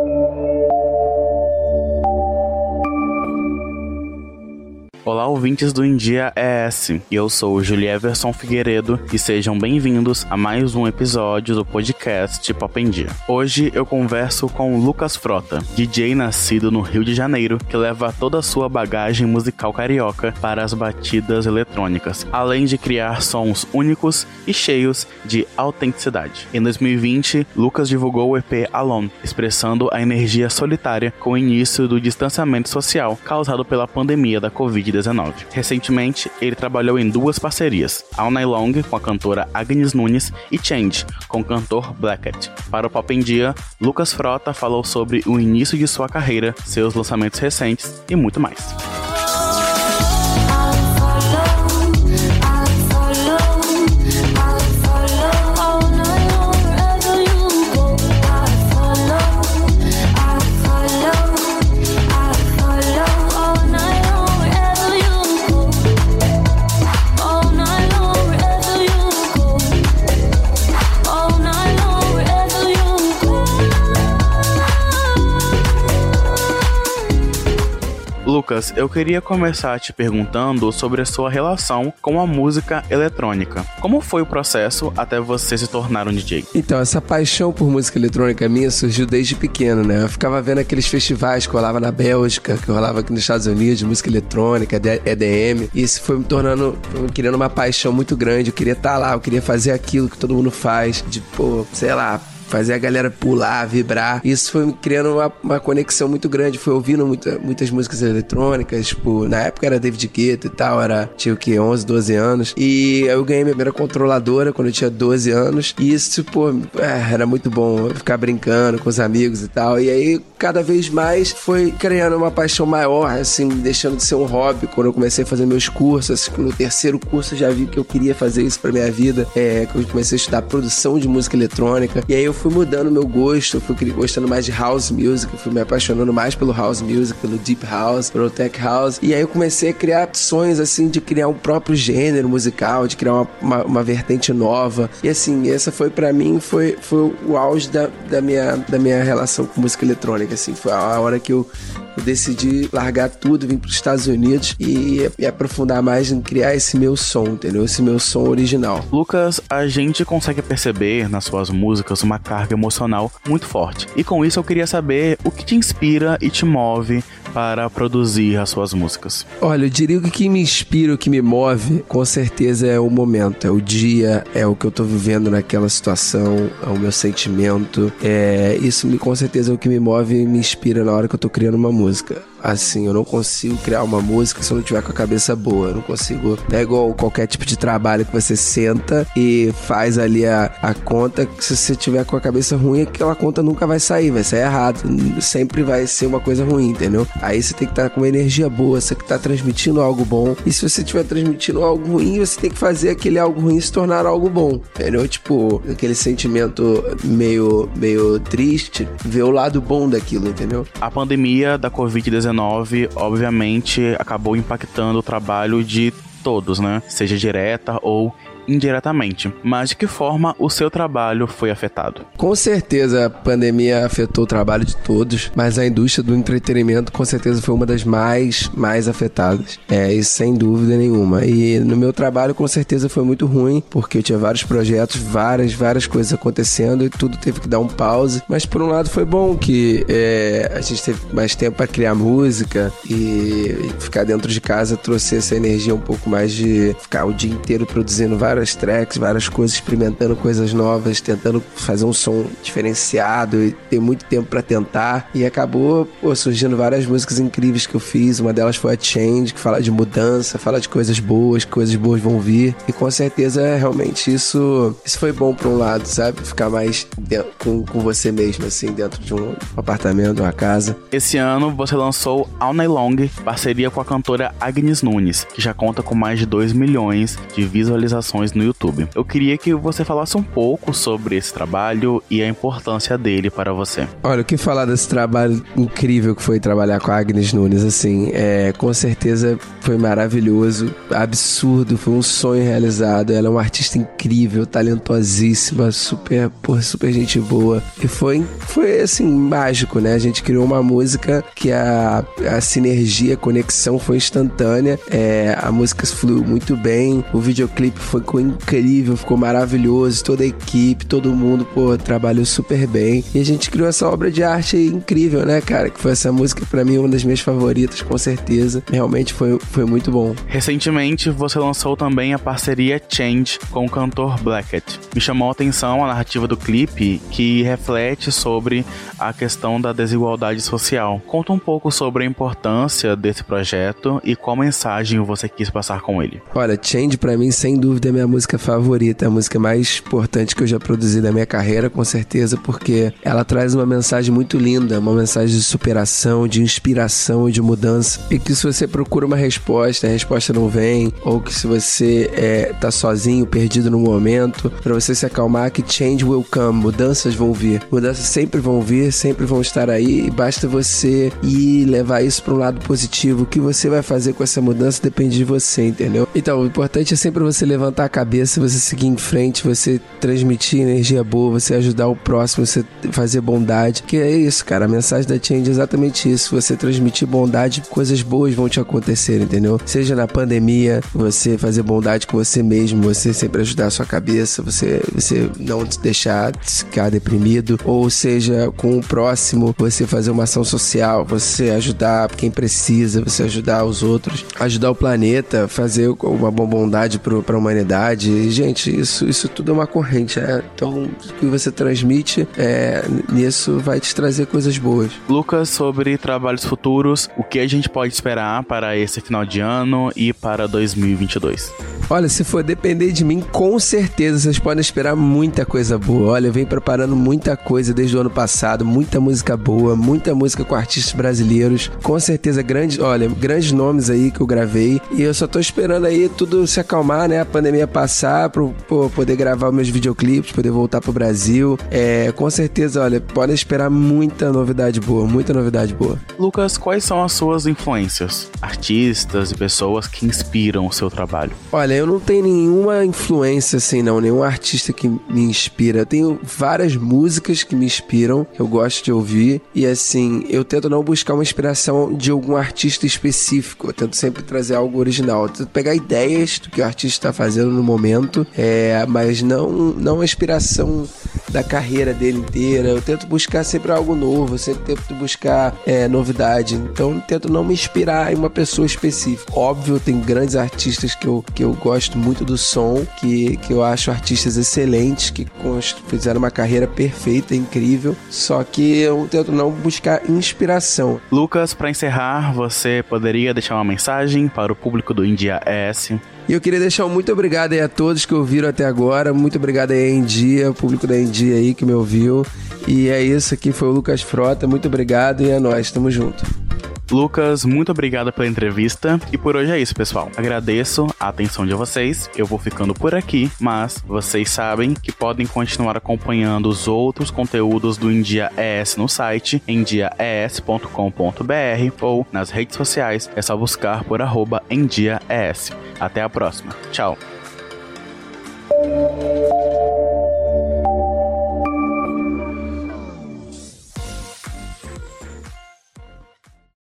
Olá, ouvintes do Em Dia ES, eu sou o Julieverson Figueiredo e sejam bem-vindos a mais um episódio do podcast Pop em Dia. Hoje eu converso com Lucas Frota, DJ nascido no Rio de Janeiro, que leva toda a sua bagagem musical carioca para as batidas eletrônicas, além de criar sons únicos e cheios de autenticidade. Em 2020, Lucas divulgou o EP Alone, expressando a energia solitária com o início do distanciamento social causado pela pandemia da Covid-19. Recentemente, ele trabalhou em duas parcerias, All Night Long com a cantora Agnes Nunes e Change com o cantor Blackett. Para o Pop em Dia, Lucas Frota falou sobre o início de sua carreira, seus lançamentos recentes e muito mais. Lucas, eu queria começar te perguntando sobre a sua relação com a música eletrônica. Como foi o processo até você se tornar um DJ? Então, essa paixão por música eletrônica minha surgiu desde pequeno, né? Eu ficava vendo aqueles festivais que rolava na Bélgica, que rolava aqui nos Estados Unidos, música eletrônica, EDM, e isso foi me criando uma paixão muito grande. Eu queria estar lá, eu queria fazer aquilo que todo mundo faz, de, fazer a galera pular, vibrar. Isso foi me criando uma conexão muito grande. Fui ouvindo muitas músicas eletrônicas, tipo, na época era David Guetta e tal, tinha o quê? 11, 12 anos. E eu ganhei minha primeira controladora quando eu tinha 12 anos. E isso, era muito bom ficar brincando com os amigos e tal. E aí, cada vez mais, foi criando uma paixão maior, assim, deixando de ser um hobby. Quando eu comecei a fazer meus cursos, assim, no terceiro curso eu já vi que eu queria fazer isso pra minha vida. Que eu comecei a estudar produção de música eletrônica. E aí eu fui mudando meu gosto, eu fui gostando mais de house music, eu fui me apaixonando mais pelo house music, pelo deep house, pelo tech house, e aí eu comecei a criar sonhos, assim, de criar um próprio gênero musical, de criar uma vertente nova, e assim, essa foi pra mim, foi o auge da minha relação com música eletrônica, assim, foi a hora que eu decidi largar tudo, vim para os Estados Unidos e aprofundar mais em criar esse meu som, entendeu? Esse meu som original. Lucas, a gente consegue perceber nas suas músicas uma carga emocional muito forte. E com isso eu queria saber o que te inspira e te move para produzir as suas músicas. Olha, eu diria que o que me inspira, o que me move, com certeza é o momento, é o dia, é o que eu tô vivendo naquela situação, é o meu sentimento. Isso com certeza é o que me move e me inspira na hora que eu tô criando uma música. Assim, eu não consigo criar uma música se eu não tiver com a cabeça boa. Eu não consigo. Não é igual qualquer tipo de trabalho que você senta e faz ali a conta. Que se você tiver com a cabeça ruim, aquela conta nunca vai sair errado. Sempre vai ser uma coisa ruim, entendeu? Aí você tem que estar com uma energia boa, você tem que estar transmitindo algo bom. E se você estiver transmitindo algo ruim, você tem que fazer aquele algo ruim se tornar algo bom, entendeu? Tipo, aquele sentimento meio triste, ver o lado bom daquilo, entendeu? A pandemia da Covid-19 obviamente acabou impactando o trabalho de todos, né? Seja direta ou indiretamente. Mas de que forma o seu trabalho foi afetado? Com certeza a pandemia afetou o trabalho de todos, mas a indústria do entretenimento com certeza foi uma das mais afetadas. Isso sem dúvida nenhuma. E no meu trabalho com certeza foi muito ruim, porque eu tinha vários projetos, várias coisas acontecendo e tudo teve que dar um pause. Mas por um lado foi bom que a gente teve mais tempo para criar música e ficar dentro de casa trouxe essa energia um pouco mais de ficar o dia inteiro produzindo várias tracks, várias coisas, experimentando coisas novas, tentando fazer um som diferenciado e ter muito tempo pra tentar. E acabou surgindo várias músicas incríveis que eu fiz. Uma delas foi a Change, que fala de mudança, fala de coisas boas vão vir. E com certeza, realmente, isso foi bom pra um lado, sabe? Ficar mais com você mesmo, assim, dentro de um apartamento, uma casa. Esse ano você lançou All Night Long, parceria com a cantora Agnes Nunes, que já conta com mais de 2 milhões de visualizações visualizações no YouTube. Eu queria que você falasse um pouco sobre esse trabalho e a importância dele para você. Olha, o que falar desse trabalho incrível que foi trabalhar com a Agnes Nunes, assim, com certeza foi maravilhoso, absurdo, foi um sonho realizado. Ela é uma artista incrível, talentosíssima, super gente boa. E foi assim, mágico, né? A gente criou uma música que a sinergia, a conexão foi instantânea. A música fluiu muito bem, o videoclipe ficou incrível, ficou maravilhoso, toda a equipe, todo mundo, trabalhou super bem. E a gente criou essa obra de arte incrível, né, cara? Que foi essa música, pra mim, uma das minhas favoritas, com certeza. Realmente foi muito bom. Recentemente, você lançou também a parceria Change com o cantor Blackett. Me chamou a atenção a narrativa do clipe, que reflete sobre a questão da desigualdade social. Conta um pouco sobre a importância desse projeto e qual mensagem você quis passar com ele. Olha, Change pra mim, sem dúvida, é minha música favorita, a música mais importante que eu já produzi da minha carreira, com certeza, porque ela traz uma mensagem muito linda, uma mensagem de superação, de inspiração e de mudança. E que se você procura uma resposta, a resposta não vem, ou que se você tá sozinho, perdido no momento, pra você se acalmar, que change will come, mudanças vão vir. Mudanças sempre vão vir, sempre vão estar aí, e basta você ir levar isso pra um lado positivo. O que você vai fazer com essa mudança depende de você, entendeu? Então, o importante é sempre você levantar a cabeça, você seguir em frente, você transmitir energia boa, você ajudar o próximo, você fazer bondade, que é isso, cara, a mensagem da Change é exatamente isso, você transmitir bondade, coisas boas vão te acontecer, entendeu? Seja na pandemia, você fazer bondade com você mesmo, você sempre ajudar a sua cabeça, você não deixar de ficar deprimido, ou seja, com o próximo, você fazer uma ação social, você ajudar quem precisa, você ajudar os outros, ajudar o planeta, fazer uma boa bondade pra humanidade. E, gente, isso tudo é uma corrente, então o que você transmite nisso vai te trazer coisas boas. Lucas, sobre trabalhos futuros, o que a gente pode esperar para esse final de ano e para 2022? Olha, se for depender de mim, com certeza vocês podem esperar muita coisa boa. Olha, eu venho preparando muita coisa desde o ano passado, muita música boa, muita música com artistas brasileiros, com certeza grandes nomes aí que eu gravei, e eu só tô esperando aí tudo se acalmar, né, a pandemia passar, pra poder gravar meus videoclipes, poder voltar pro Brasil. Com certeza, olha, podem esperar muita novidade boa. Lucas, quais são as suas influências? Artistas e pessoas que inspiram o seu trabalho? Olha, eu não tenho nenhuma influência assim, não, nenhum artista que me inspira. Eu tenho várias músicas que me inspiram, que eu gosto de ouvir, e assim, eu tento não buscar uma inspiração de algum artista específico, eu tento sempre trazer algo original, eu tento pegar ideias do que o artista está fazendo no momento, mas não a inspiração da carreira dele inteira. Eu tento buscar sempre algo novo, eu sempre tento buscar novidade, então eu tento não me inspirar em uma pessoa específica. Óbvio, tem grandes artistas que eu gosto muito do som, que eu acho artistas excelentes, que fizeram uma carreira perfeita, incrível, só que eu tento não buscar inspiração. Lucas, para encerrar, você poderia deixar uma mensagem para o público do Em Dia ES? E eu queria deixar um muito obrigado aí a todos que ouviram até agora, muito obrigado aí a Em Dia, o público da Em Dia aí que me ouviu, e é isso, aqui foi o Lucas Frota, muito obrigado e é nóis, tamo junto. Lucas, muito obrigado pela entrevista. E por hoje é isso, pessoal. Agradeço a atenção de vocês. Eu vou ficando por aqui, mas vocês sabem que podem continuar acompanhando os outros conteúdos do Em Dia ES no site emdiaes.com.br ou nas redes sociais. É só buscar por @emdiaes. Até a próxima. Tchau.